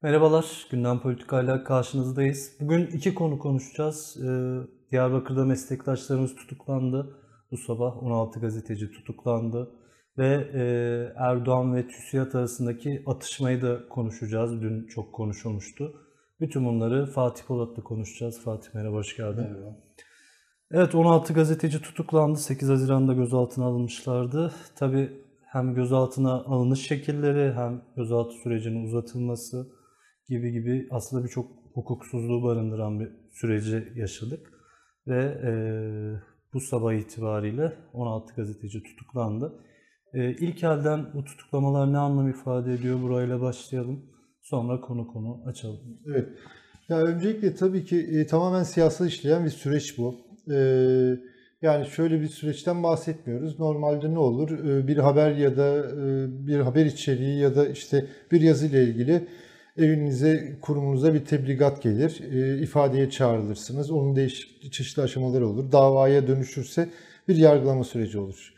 Merhabalar, Gündem Politika'yla karşınızdayız. Bugün iki konu konuşacağız. Diyarbakır'da meslektaşlarımız tutuklandı. Bu sabah 16 gazeteci tutuklandı. Ve Erdoğan ve TÜSİAD arasındaki atışmayı da konuşacağız. Dün çok konuşulmuştu. Bütün bunları Fatih Polat'la konuşacağız. Fatih merhaba, hoş geldin. Merhaba. Evet, 16 gazeteci tutuklandı. 8 Haziran'da gözaltına alınmışlardı. Tabii hem gözaltına alınış şekilleri hem gözaltı sürecinin uzatılması gibi aslında birçok hukuksuzluğu barındıran bir süreci yaşadık. Ve bu sabah itibariyle 16 gazeteci tutuklandı. İlk elden bu tutuklamalar ne anlam ifade ediyor? Burayla başlayalım. Sonra konu açalım. Evet. Ya öncelikle tabii ki tamamen siyasal işleyen bir süreç bu. Yani şöyle bir süreçten bahsetmiyoruz. Normalde ne olur? Bir haber ya da bir haber içeriği ya da işte bir yazı ile ilgili evinize, kurumunuza bir tebligat gelir. İfadeye çağrılırsınız. Onun değişik çeşitli aşamaları olur. Davaya dönüşürse bir yargılama süreci olur.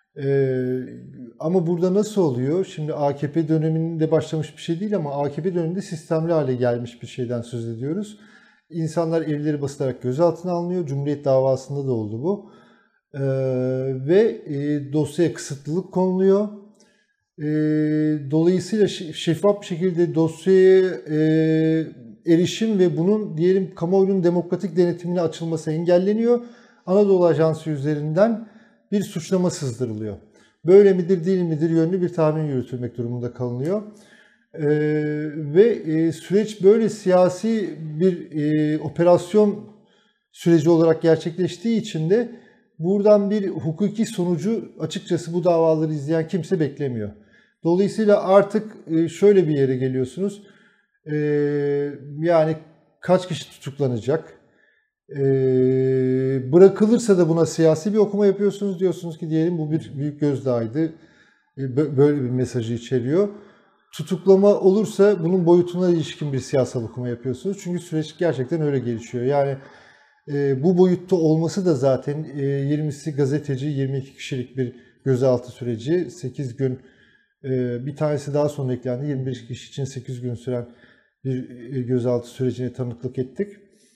Ama burada nasıl oluyor? Şimdi AKP döneminde başlamış bir şey değil ama AKP döneminde sistemli hale gelmiş bir şeyden söz ediyoruz. İnsanlar evleri basılarak gözaltına alınıyor. Cumhuriyet davasında da oldu bu. Ve dosyaya kısıtlılık konuluyor. Dolayısıyla şeffaf bir şekilde dosyaya erişim ve bunun diyelim kamuoyunun demokratik denetimine açılması engelleniyor. Anadolu Ajansı üzerinden bir suçlama sızdırılıyor. Böyle midir değil midir yönlü bir tahmin yürütülmek durumunda kalınıyor. Ve süreç böyle siyasi bir operasyon süreci olarak gerçekleştiği için de buradan bir hukuki sonucu açıkçası bu davaları izleyen kimse beklemiyor. Dolayısıyla artık şöyle bir yere geliyorsunuz. Yani kaç kişi tutuklanacak? Bırakılırsa da buna siyasi bir okuma yapıyorsunuz. Diyorsunuz ki diyelim bu bir büyük gözdağıydı. Böyle bir mesajı içeriyor. Tutuklama olursa bunun boyutuna ilişkin bir siyasal okuma yapıyorsunuz. Çünkü süreç gerçekten öyle gelişiyor. Yani bu boyutta olması da zaten 20'si gazeteci, 22 kişilik bir gözaltı süreci. 8 gün, bir tanesi daha sonra eklendi. 21 kişi için 8 gün süren bir gözaltı sürecine tanıklık ettik.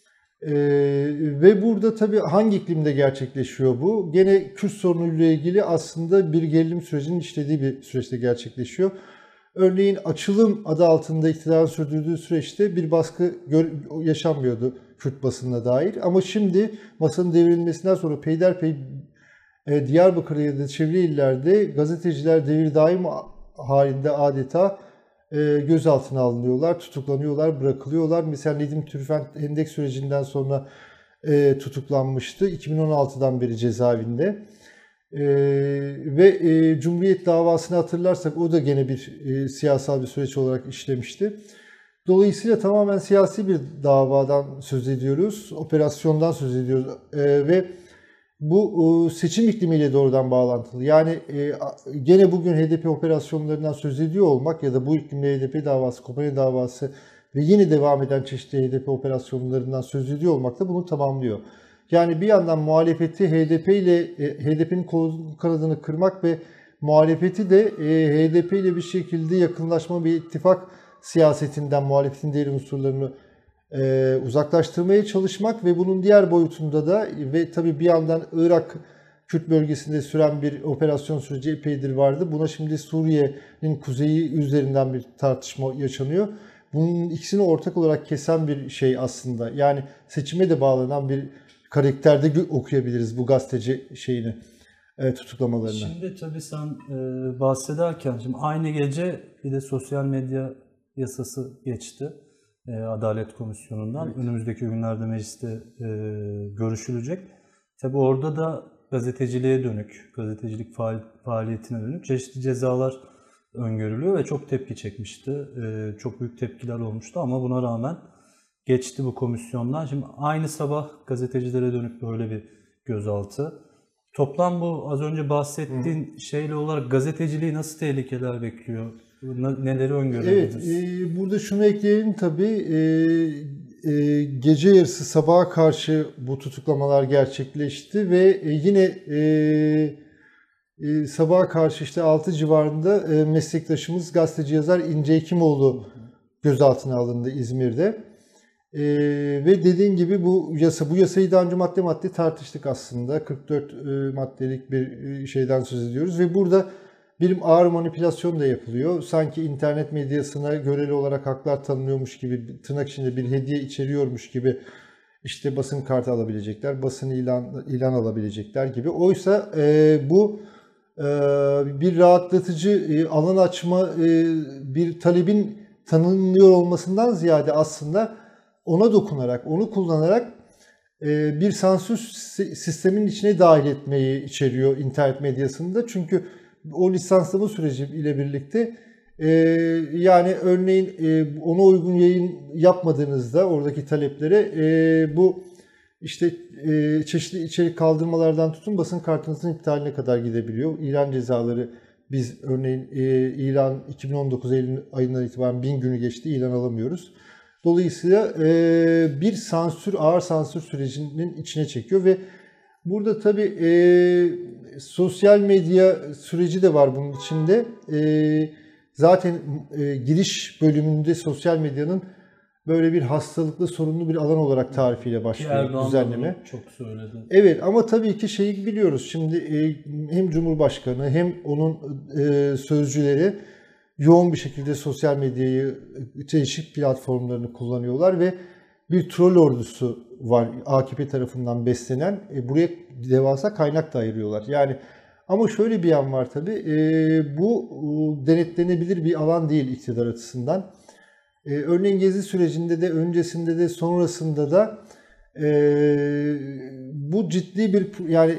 Ve burada tabii hangi iklimde gerçekleşiyor bu? Gene Kürt sorunuyla ilgili aslında bir gerilim sürecinin işlediği bir süreçte gerçekleşiyor. Örneğin açılım adı altında iktidarın sürdürdüğü süreçte bir baskı yaşanmıyordu Kürt basınına dair. Ama şimdi masanın devrilmesinden sonra peyderpey Diyarbakır ya da çevre illerde gazeteciler devir daim halinde adeta gözaltına alınıyorlar, tutuklanıyorlar, bırakılıyorlar. Mesela Nedim Türfent Hendek sürecinden sonra tutuklanmıştı. 2016'dan beri cezaevinde. Ve Cumhuriyet davasını hatırlarsak o da gene bir siyasal bir süreç olarak işlemişti. Dolayısıyla tamamen siyasi bir davadan söz ediyoruz, operasyondan söz ediyoruz ve bu seçim iklimiyle doğrudan bağlantılı. Yani gene bugün HDP operasyonlarından söz ediyor olmak ya da bu iklimde HDP davası, Kobani davası ve yeni devam eden çeşitli HDP operasyonlarından söz ediyor olmak da bunu tamamlıyor. Yani bir yandan muhalefeti HDP'nin kanadını kırmak ve muhalefeti de HDP ile bir şekilde yakınlaşma bir ittifak siyasetinden muhalefetin diğer unsurlarını uzaklaştırmaya çalışmak ve bunun diğer boyutunda da ve tabii bir yandan Irak Kürt bölgesinde süren bir operasyon süreci epeydir vardı. Buna şimdi Suriye'nin kuzeyi üzerinden bir tartışma yaşanıyor. Bunun ikisini ortak olarak kesen bir şey aslında. Yani seçime de bağlanan bir karakterde okuyabiliriz bu gazeteci şeyini, tutuklamalarını. Şimdi tabii sen bahsederken şimdi aynı gece bir de sosyal medya yasası geçti. Adalet Komisyonu'ndan. Evet. Önümüzdeki günlerde mecliste görüşülecek. Tabii orada da gazeteciliğe dönük, gazetecilik faaliyetine dönük çeşitli cezalar öngörülüyor ve çok tepki çekmişti. Çok büyük tepkiler olmuştu ama buna rağmen geçti bu komisyondan. Şimdi aynı sabah gazetecilere dönük böyle bir gözaltı. Toplam bu az önce bahsettiğin şeyle olarak gazeteciliği nasıl tehlikeler bekliyor? Neleri öngörebiliriz? Evet, burada şunu ekleyelim tabii. Gece yarısı sabaha karşı bu tutuklamalar gerçekleşti ve yine sabaha karşı işte 6 civarında meslektaşımız gazeteci yazar İnce Hekimoğlu gözaltına alındı İzmir'de. Ve dediğin gibi bu yasayı daha önce madde madde tartıştık aslında. 44 maddelik bir şeyden söz ediyoruz ve burada bir ağır manipülasyon da yapılıyor. Sanki internet medyasına göreli olarak haklar tanınıyormuş gibi, tırnak içinde bir hediye içeriyormuş gibi işte basın kartı alabilecekler, basın ilan alabilecekler gibi. Oysa bu bir rahatlatıcı alan açma, bir talebin tanınıyor olmasından ziyade aslında ona dokunarak, onu kullanarak bir sansür sisteminin içine dahil etmeyi içeriyor internet medyasında. Çünkü o lisanslama süreci ile birlikte yani örneğin ona uygun yayın yapmadığınızda oradaki taleplere bu işte çeşitli içerik kaldırmalardan tutun basın kartınızın iptaline kadar gidebiliyor. İlan cezaları biz örneğin ilan 2019 Eylül ayından itibaren 1000 günü geçti, ilan alamıyoruz. Dolayısıyla bir ağır sansür sürecinin içine çekiyor ve burada tabii sosyal medya süreci de var bunun içinde. Zaten giriş bölümünde sosyal medyanın böyle bir hastalıklı, sorunlu bir alan olarak tarifiyle başlıyor düzenleme. Çok söyledi. Evet ama tabii ki şeyi biliyoruz. Şimdi hem Cumhurbaşkanı hem onun sözcüleri yoğun bir şekilde sosyal medyayı, çeşitli platformlarını kullanıyorlar ve bir troll ordusu var AKP tarafından beslenen. Buraya devasa kaynak da ayırıyorlar. Yani ama şöyle bir yan var tabii. Bu denetlenebilir bir alan değil iktidar açısından. Örneğin Gezi sürecinde de, öncesinde de, sonrasında da bu ciddi bir yani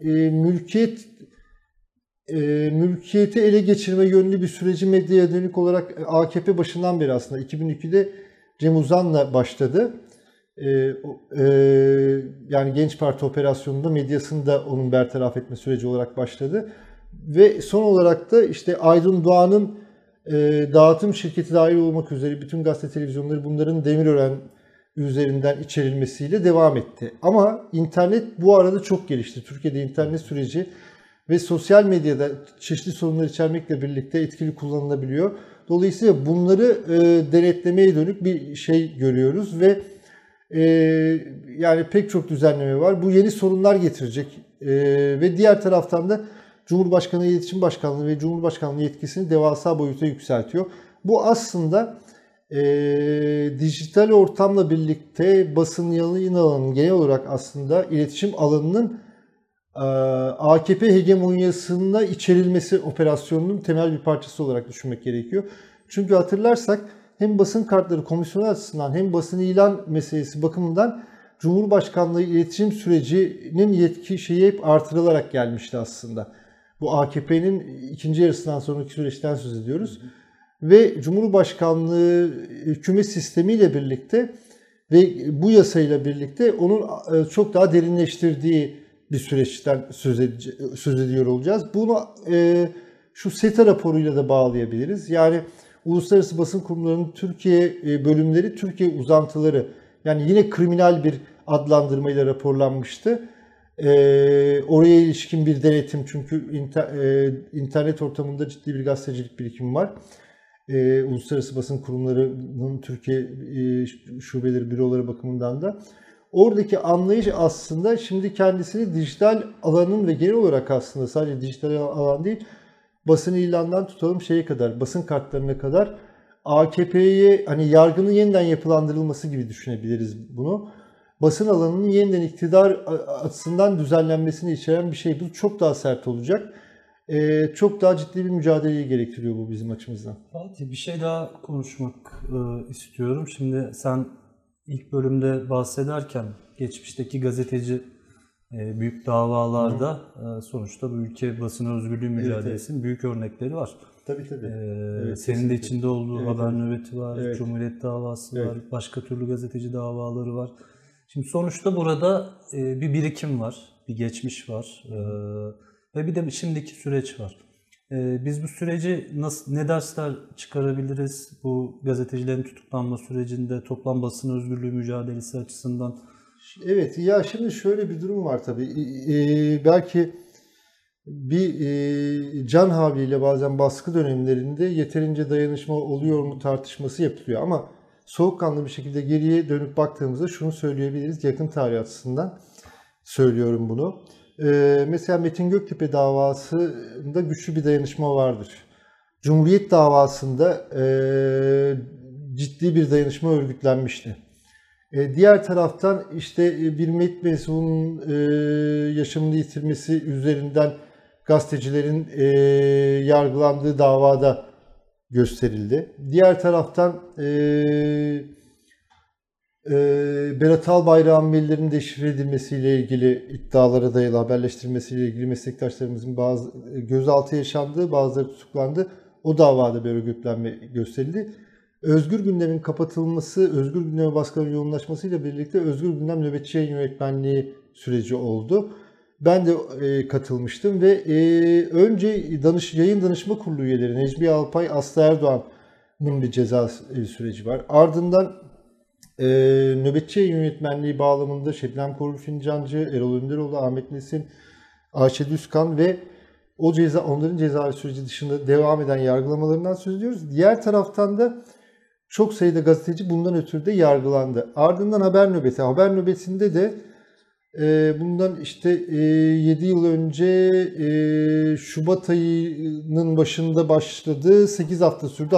mülkiyeti ele geçirme yönlü bir süreci medyaya dönük olarak AKP başından beri aslında 2002'de Cem Uzan'la başladı. Yani Genç Parti operasyonunda medyasını da onun bertaraf etme süreci olarak başladı. Ve son olarak da işte Aydın Doğan'ın dağıtım şirketi dahil olmak üzere bütün gazete televizyonları bunların Demirören üzerinden içerilmesiyle devam etti. Ama internet bu arada çok gelişti. Türkiye'de internet süreci ve sosyal medyada çeşitli sorunlar içermekle birlikte etkili kullanılabiliyor. Dolayısıyla bunları denetlemeye dönük bir şey görüyoruz ve yani pek çok düzenleme var. Bu yeni sorunlar getirecek ve diğer taraftan da Cumhurbaşkanı İletişim Başkanlığı ve Cumhurbaşkanlığı yetkisini devasa boyuta yükseltiyor. Bu aslında dijital ortamla birlikte basın yayın alanının genel olarak aslında iletişim alanının AKP hegemonyasına içerilmesi operasyonunun temel bir parçası olarak düşünmek gerekiyor. Çünkü hatırlarsak hem basın kartları komisyonu açısından hem basın ilan meselesi bakımından Cumhurbaşkanlığı iletişim sürecinin yetki şeyi hep artırılarak gelmişti aslında. Bu AKP'nin ikinci yarısından sonraki süreçten söz ediyoruz. Ve Cumhurbaşkanlığı hükümet sistemiyle birlikte ve bu yasayla birlikte onun çok daha derinleştirdiği bir süreçten söz ediyor olacağız. Bunu şu SETA raporuyla da bağlayabiliriz. Yani uluslararası basın kurumlarının Türkiye bölümleri, Türkiye uzantıları, yani yine kriminal bir adlandırmayla raporlanmıştı. Oraya ilişkin bir denetim, çünkü internet ortamında ciddi bir gazetecilik birikimi var. Uluslararası basın kurumlarının Türkiye şubeleri, büroları bakımından da. Oradaki anlayış aslında şimdi kendisini dijital alanın ve genel olarak aslında sadece dijital alan değil, basın ilandan tutalım şeye kadar, basın kartlarına kadar AKP'ye hani yargının yeniden yapılandırılması gibi düşünebiliriz bunu. Basın alanının yeniden iktidar açısından düzenlenmesini içeren bir şey. Bu çok daha sert olacak. Çok daha ciddi bir mücadeleyi gerektiriyor bu bizim açımızdan. Fatih, bir şey daha konuşmak istiyorum. Şimdi sen ilk bölümde bahsederken geçmişteki gazeteci büyük davalarda sonuçta bu ülke basın özgürlüğü mücadelesinin büyük örnekleri var. Tabii. Evet, senin de içinde olduğu Haber Nöbeti var, evet. Cumhuriyet davası var, başka türlü gazeteci davaları var. Şimdi sonuçta burada bir birikim var, bir geçmiş var ve bir de şimdiki süreç var. Biz bu süreci ne dersler çıkarabiliriz bu gazetecilerin tutuklanma sürecinde, toplam basın özgürlüğü mücadelesi açısından? Evet, ya şimdi şöyle bir durum var tabii. Belki bir can havliyle bazen baskı dönemlerinde yeterince dayanışma oluyor mu tartışması yapılıyor. Ama soğukkanlı bir şekilde geriye dönüp baktığımızda şunu söyleyebiliriz, yakın tarih açısından söylüyorum bunu. Mesela Metin Göktepe davasında güçlü bir dayanışma vardır. Cumhuriyet davasında ciddi bir dayanışma örgütlenmişti. Diğer taraftan işte bir MİT mensubunun yaşamını yitirmesi üzerinden gazetecilerin yargılandığı davada gösterildi. Diğer taraftan Berat Albayrak'ın maillerinin deşifre edilmesiyle ilgili iddialara dayalı haberleştirilmesiyle ilgili meslektaşlarımızın bazı gözaltı yaşandı, bazıları tutuklandı. O davada bir örgütlenme gösterildi. Özgür Gündem'in kapatılması, Özgür Gündem'e baskıların yoğunlaşmasıyla birlikte Özgür Gündem nöbetçi yayın yönetmenliği süreci oldu. Ben de katılmıştım ve önce yayın danışma kurulu üyeleri Necmiye Alpay, Aslı Erdoğan'ın bir ceza süreci var. Ardından nöbetçi yayın yönetmenliği bağlamında Şebnem Korur Fincancı, Erol Önderoğlu, Ahmet Nesin, Ayşe Düzkan ve onların ceza süreci dışında devam eden yargılamalarından söz ediyoruz. Diğer taraftan da çok sayıda gazeteci bundan ötürü de yargılandı. Ardından haber nöbeti. Haber nöbetinde de bundan işte 7 yıl önce Şubat ayının başında başladı. 8 hafta sürdü.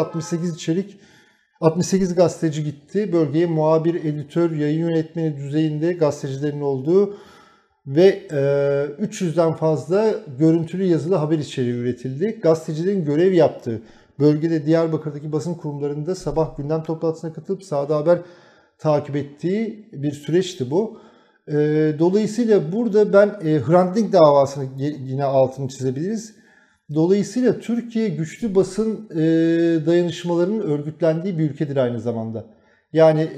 68 gazeteci gitti. Bölgeye muhabir, editör, yayın yönetmeni düzeyinde gazetecilerin olduğu ve 300'den fazla görüntülü yazılı haber içeriği üretildi. Gazetecilerin görev yaptığı bölgede Diyarbakır'daki basın kurumlarında sabah gündem toplantısına katılıp sahada haber takip ettiği bir süreçti bu. Dolayısıyla burada ben Hrant Dink davasını yine altını çizebiliriz. Dolayısıyla Türkiye güçlü basın dayanışmalarının örgütlendiği bir ülkedir aynı zamanda. Yani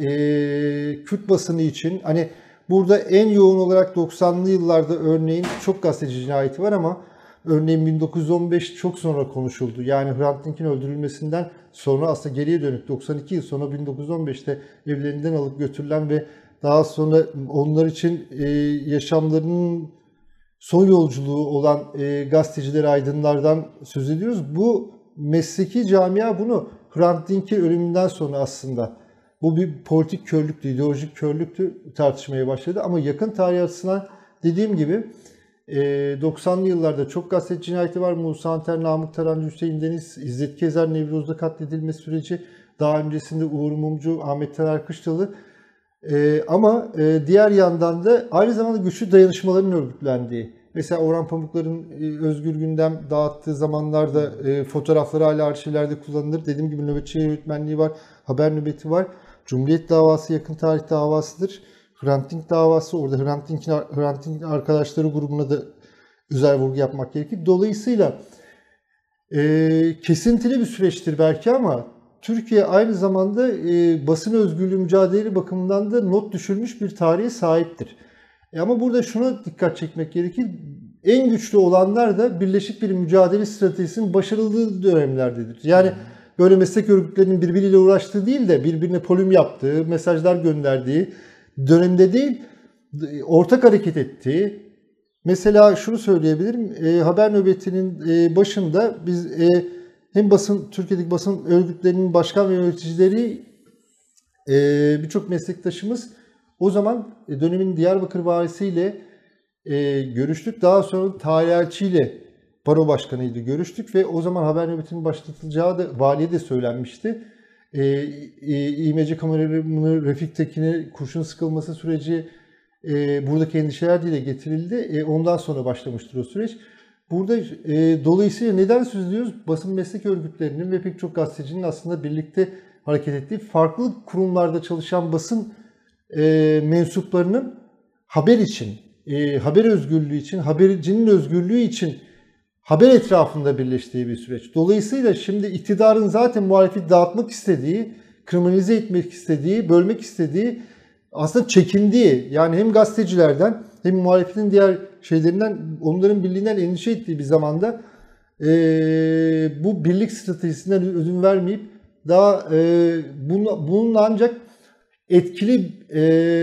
Kürt basını için hani burada en yoğun olarak 90'lı yıllarda örneğin çok gazeteci cinayeti var ama örneğin 1915 çok sonra konuşuldu. Yani Hrant Dink'in öldürülmesinden sonra aslında geriye dönük 92 yıl sonra 1915'te evlerinden alıp götürülen ve daha sonra onlar için yaşamlarının son yolculuğu olan gazeteciler, aydınlardan söz ediyoruz. Bu mesleki camia bunu Hrant Dink'in ölümünden sonra aslında bu bir politik körlüktü, ideolojik körlüktü tartışmaya başladı. Ama yakın tarih açısından dediğim gibi 90'lı yıllarda çok gazeteci cinayeti var. Musa Anter, Namık Tarancı, Hüseyin Deniz, İzzet Kezer, Nevruz'da katledilme süreci. Daha öncesinde Uğur Mumcu, Ahmet Taner Kışlalı. Ama diğer yandan da aynı zamanda güçlü dayanışmaların örgütlendiği. Mesela Orhan Pamuklar'ın Özgür Gündem dağıttığı zamanlarda fotoğrafları hala arşivlerde kullanılır. Dediğim gibi nöbetçi yönetmenliği var, haber nöbeti var. Cumhuriyet davası yakın tarih davasıdır. Hrant Dink davası, orada Hrant Dink'in arkadaşları grubuna da özel vurgu yapmak gerekir. Dolayısıyla kesintili bir süreçtir belki ama Türkiye aynı zamanda basın özgürlüğü mücadeleleri bakımından da not düşürmüş bir tarihe sahiptir. Ama burada şuna dikkat çekmek gerekir. En güçlü olanlar da birleşik bir mücadele stratejisinin başarılı dönemlerdedir. Yani böyle meslek örgütlerinin birbiriyle uğraştığı değil de birbirine polim yaptığı, mesajlar gönderdiği dönemde değil, ortak hareket ettiği. Mesela şunu söyleyebilirim. Haber nöbetinin başında biz hem Türkiye'deki basın örgütlerinin başkan ve yöneticileri birçok meslektaşımız o zaman dönemin Diyarbakır valisiyle görüştük. Daha sonra Tahir Elçi ile baro başkanıydı görüştük ve o zaman haber nöbetinin başlatılacağı da valiye de söylenmişti. İMC kameramanı Refik Tekin'e kurşun sıkılması süreci buradaki endişeler dile getirildi. Ondan sonra başlamıştır o süreç. Burada dolayısıyla neden söz ediyoruz? Basın meslek örgütlerinin ve pek çok gazetecinin aslında birlikte hareket ettiği farklı kurumlarda çalışan basın mensuplarının haber için, haber özgürlüğü için, habercinin özgürlüğü için haber etrafında birleştiği bir süreç. Dolayısıyla şimdi iktidarın zaten muhalefeti dağıtmak istediği, kriminalize etmek istediği, bölmek istediği, aslında çekindiği, yani hem gazetecilerden hem muhalefetin diğer şeylerinden, onların birliğinden endişe ettiği bir zamanda bu birlik stratejisinden ödün vermeyip daha bununla ancak etkili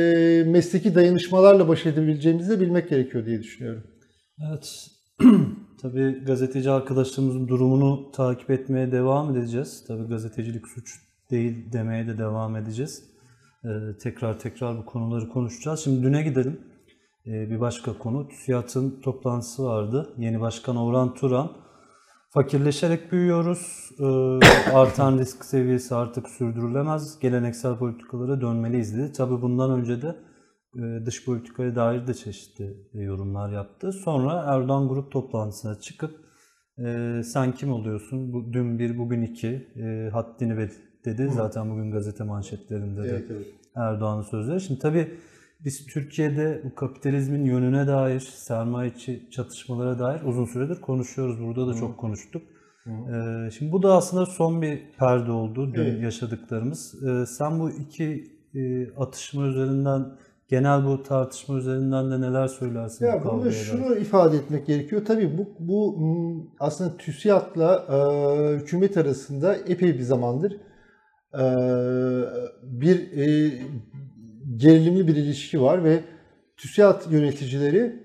mesleki dayanışmalarla baş edebileceğimizi de bilmek gerekiyor diye düşünüyorum. Evet. Tabii gazeteci arkadaşlarımızın durumunu takip etmeye devam edeceğiz. Tabii gazetecilik suç değil demeye de devam edeceğiz. Tekrar tekrar bu konuları konuşacağız. Şimdi düne gidelim. Bir başka konu. TÜSİAD'ın toplantısı vardı. Yeni başkan Orhan Turan. Fakirleşerek büyüyoruz. Artan risk seviyesi artık sürdürülemez. Geleneksel politikalara dönmeliyiz dedi. Tabii bundan önce de dış politikaya dair de çeşitli yorumlar yaptı. Sonra Erdoğan grup toplantısına çıkıp sen kim oluyorsun? Dün bir, bugün iki haddini bil dedi. Zaten bugün gazete manşetlerinde de evet. Erdoğan'ın sözleri. Şimdi tabii biz Türkiye'de bu kapitalizmin yönüne dair, sermaye içi çatışmalara dair uzun süredir konuşuyoruz. Burada da çok konuştuk. Şimdi bu da aslında son bir perde oldu dün yaşadıklarımız. Sen bu iki atışma üzerinden, genel bu tartışma üzerinden de neler söylersin? Ya burada şunu ifade etmek gerekiyor. Tabii bu aslında TÜSİAD'la hükümet arasında epey bir zamandır bir gerilimli bir ilişki var ve TÜSİAD yöneticileri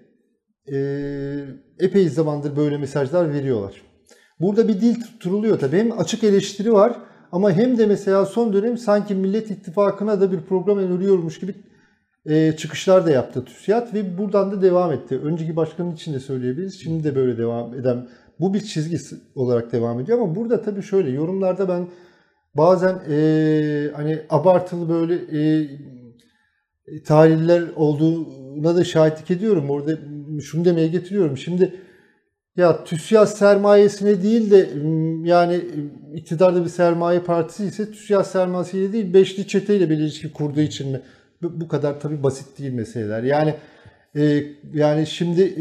epey zamandır böyle mesajlar veriyorlar. Burada bir dil tutturuluyor tabii. Hem açık eleştiri var ama hem de mesela son dönem sanki Millet İttifakı'na da bir program öneriyormuş gibi çıkışlar da yaptı TÜSİAD ve buradan da devam etti. Önceki başkanın için de söyleyebiliriz. Şimdi de böyle devam eden bu bir çizgisi olarak devam ediyor ama burada tabii şöyle yorumlarda ben bazen hani abartılı böyle tahliller olduğuna da şahitlik ediyorum. Orada şunu demeye getiriyorum. Şimdi ya TÜSİAD sermayesine değil de yani iktidarda bir sermaye partisi ise TÜSİAD sermayesiyle değil beşli çeteyle bir ilişki kurduğu için mi? Bu kadar tabii basit değil meseleler. Yani şimdi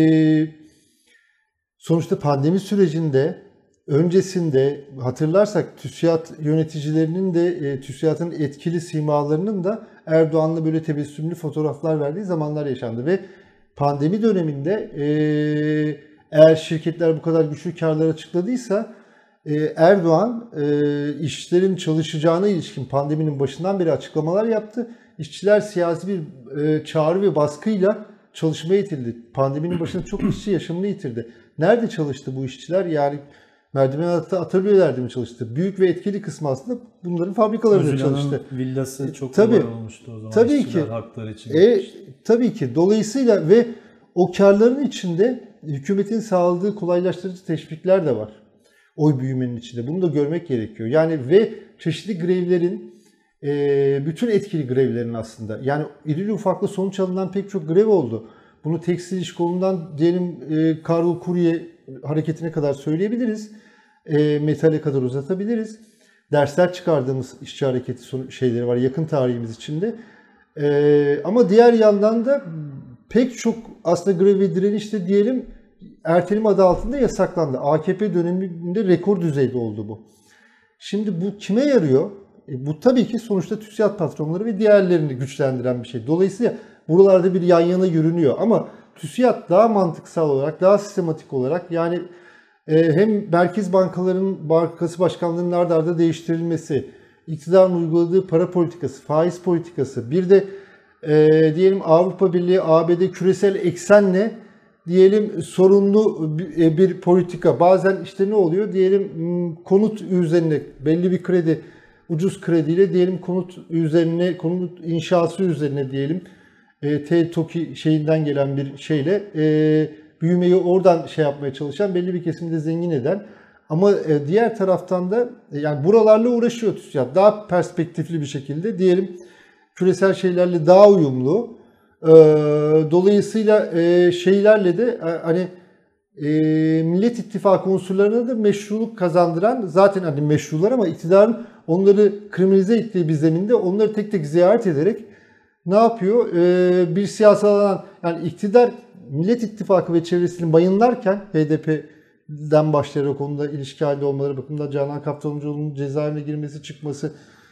sonuçta pandemi sürecinde öncesinde hatırlarsak TÜSİAD yöneticilerinin de TÜSİAD'ın etkili simalarının da Erdoğan'la böyle tebessümlü fotoğraflar verdiği zamanlar yaşandı ve pandemi döneminde eğer şirketler bu kadar güçlü karlar açıkladıysa Erdoğan işçilerin çalışacağına ilişkin pandeminin başından beri açıklamalar yaptı. İşçiler siyasi bir çağrı ve baskıyla çalışmaya itildi. Pandeminin başında çok işçi yaşamını yitirdi. Nerede çalıştı bu işçiler? Yani merdiven altı atölyelerdi mi çalıştı? Büyük ve etkili kısmı aslında bunların fabrikalarında çalıştı. Villası çok kolay olmuştu o zaman. Tabii İşçiler ki. Hakları için. Tabii ki. Dolayısıyla ve o karların içinde hükümetin sağladığı kolaylaştırıcı teşvikler de var. Oy büyümenin içinde. Bunu da görmek gerekiyor. Yani ve çeşitli grevlerin bütün etkili grevlerin aslında yani irili ufaklı sonuç alınan pek çok grev oldu. Bunu tekstil iş kolundan diyelim kargo kurye hareketine kadar söyleyebiliriz. Metale kadar uzatabiliriz. Dersler çıkardığımız işçi hareketi şeyleri var yakın tarihimiz içinde. Ama diğer yandan da pek çok aslında grev ve direniş de diyelim erteleme adı altında yasaklandı. AKP döneminde rekor düzeyde oldu bu. Şimdi bu kime yarıyor? Bu tabii ki sonuçta TÜSİAD patronları ve diğerlerini güçlendiren bir şey. Dolayısıyla buralarda bir yan yana yürünüyor. Ama TÜSİAD daha mantıksal olarak, daha sistematik olarak yani hem merkez bankaların bankası başkanlığının ard arda değiştirilmesi, iktidarın uyguladığı para politikası, faiz politikası, bir de diyelim Avrupa Birliği, ABD küresel eksenle diyelim sorunlu bir politika. Bazen işte ne oluyor? Diyelim konut üzerine belli bir kredi, ucuz krediyle diyelim konut üzerine, konut inşası üzerine diyelim TOKİ şeyinden gelen bir şeyle büyümeyi oradan şey yapmaya çalışan belli bir kesimi de zengin eden ama diğer taraftan da yani buralarla uğraşıyor TÜSİAD. Daha perspektifli bir şekilde diyelim küresel şeylerle daha uyumlu. Dolayısıyla şeylerle de hani Millet İttifakı unsurlarına da meşruluk kazandıran zaten hani meşrular ama iktidarın onları kriminalize ettiği bir zeminde onları tek tek ziyaret ederek ne yapıyor? Bir siyasal alan yani iktidar Millet İttifakı ve çevresini bayınlarken HDP'den başlayarak onunla ilişki halinde olmaları bakımından Canan Kaftancıoğlu'nun cezaevine girmesi çıkması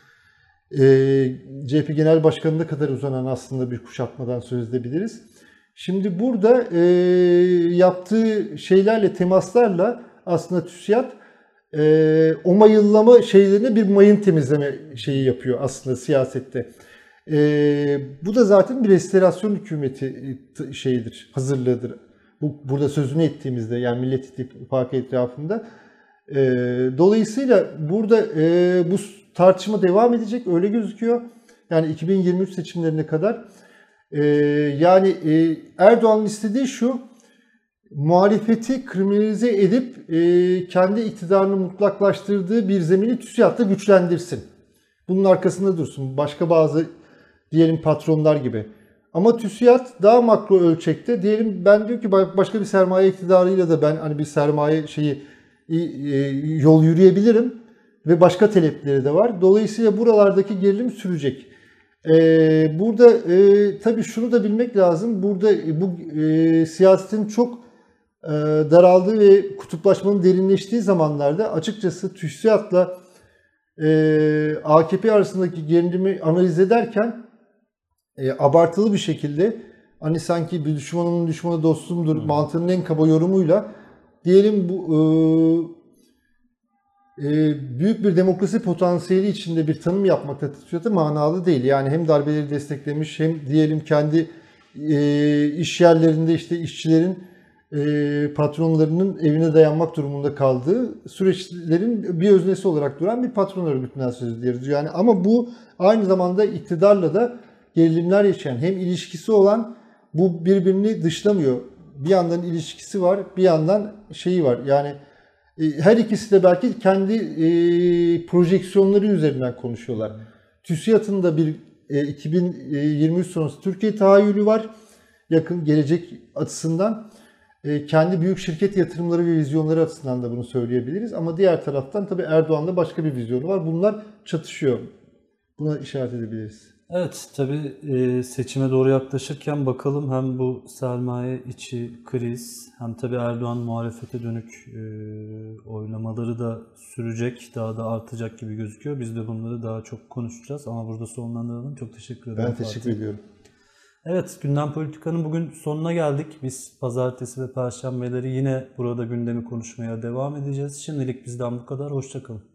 CHP Genel Başkanı'na kadar uzanan aslında bir kuşatmadan söz edebiliriz. Şimdi burada yaptığı şeylerle, temaslarla aslında TÜSİAD o mayıllama şeylerine bir mayın temizleme şeyi yapıyor aslında siyasette. Bu da zaten bir restorasyon hükümeti şeyidir, hazırlığıdır. Burada sözünü ettiğimizde, yani Millet İttifakı etrafında. Dolayısıyla burada bu tartışma devam edecek, öyle gözüküyor. Yani 2023 seçimlerine kadar. Yani Erdoğan'ın istediği şu: muhalefeti kriminalize edip kendi iktidarını mutlaklaştırdığı bir zemini TÜSİAD'da güçlendirsin. Bunun arkasında dursun. Başka bazı diyelim patronlar gibi. Ama TÜSİAD daha makro ölçekte, diyelim ben diyor ki başka bir sermaye iktidarıyla da ben hani bir sermaye yol yürüyebilirim ve başka talepleri de var. Dolayısıyla buralardaki gerilim sürecek. Burada tabii şunu da bilmek lazım. Burada bu siyasetin çok daraldığı ve kutuplaşmanın derinleştiği zamanlarda açıkçası TÜSİAD'la AKP arasındaki gerilimi analiz ederken abartılı bir şekilde hani sanki bir düşmanımın düşmanı dostumdur mantığının en kaba yorumuyla diyelim bu büyük bir demokrasi potansiyeli içinde bir tanım yapmakta TÜSİAD'a manalı değil. Yani hem darbeleri desteklemiş hem diyelim kendi iş yerlerinde işte işçilerin patronlarının evine dayanmak durumunda kaldığı süreçlerin bir öznesi olarak duran bir patron örgütünden söz ediyoruz. Yani ama bu aynı zamanda iktidarla da gerilimler yaşayan, hem ilişkisi olan, bu birbirini dışlamıyor. Bir yandan ilişkisi var, bir yandan şeyi var. Yani her ikisi de belki kendi projeksiyonları üzerinden konuşuyorlar. TÜSİAD'ın da bir 2023 sonrası Türkiye tahayyülü var. Yakın gelecek açısından. Kendi büyük şirket yatırımları ve vizyonları açısından da bunu söyleyebiliriz. Ama diğer taraftan tabii Erdoğan'da başka bir vizyonu var. Bunlar çatışıyor. Buna işaret edebiliriz. Evet, tabii seçime doğru yaklaşırken bakalım hem bu sermaye içi kriz hem tabii Erdoğan muhalefete dönük oylamaları da sürecek, daha da artacak gibi gözüküyor. Biz de bunları daha çok konuşacağız ama burada sonlandıralım. Çok teşekkür ederim. Ben teşekkür ediyorum. Evet, Gündem Politika'nın bugün sonuna geldik. Biz pazartesi ve perşembeleri yine burada gündemi konuşmaya devam edeceğiz. Şimdilik bizden bu kadar. Hoşça kalın.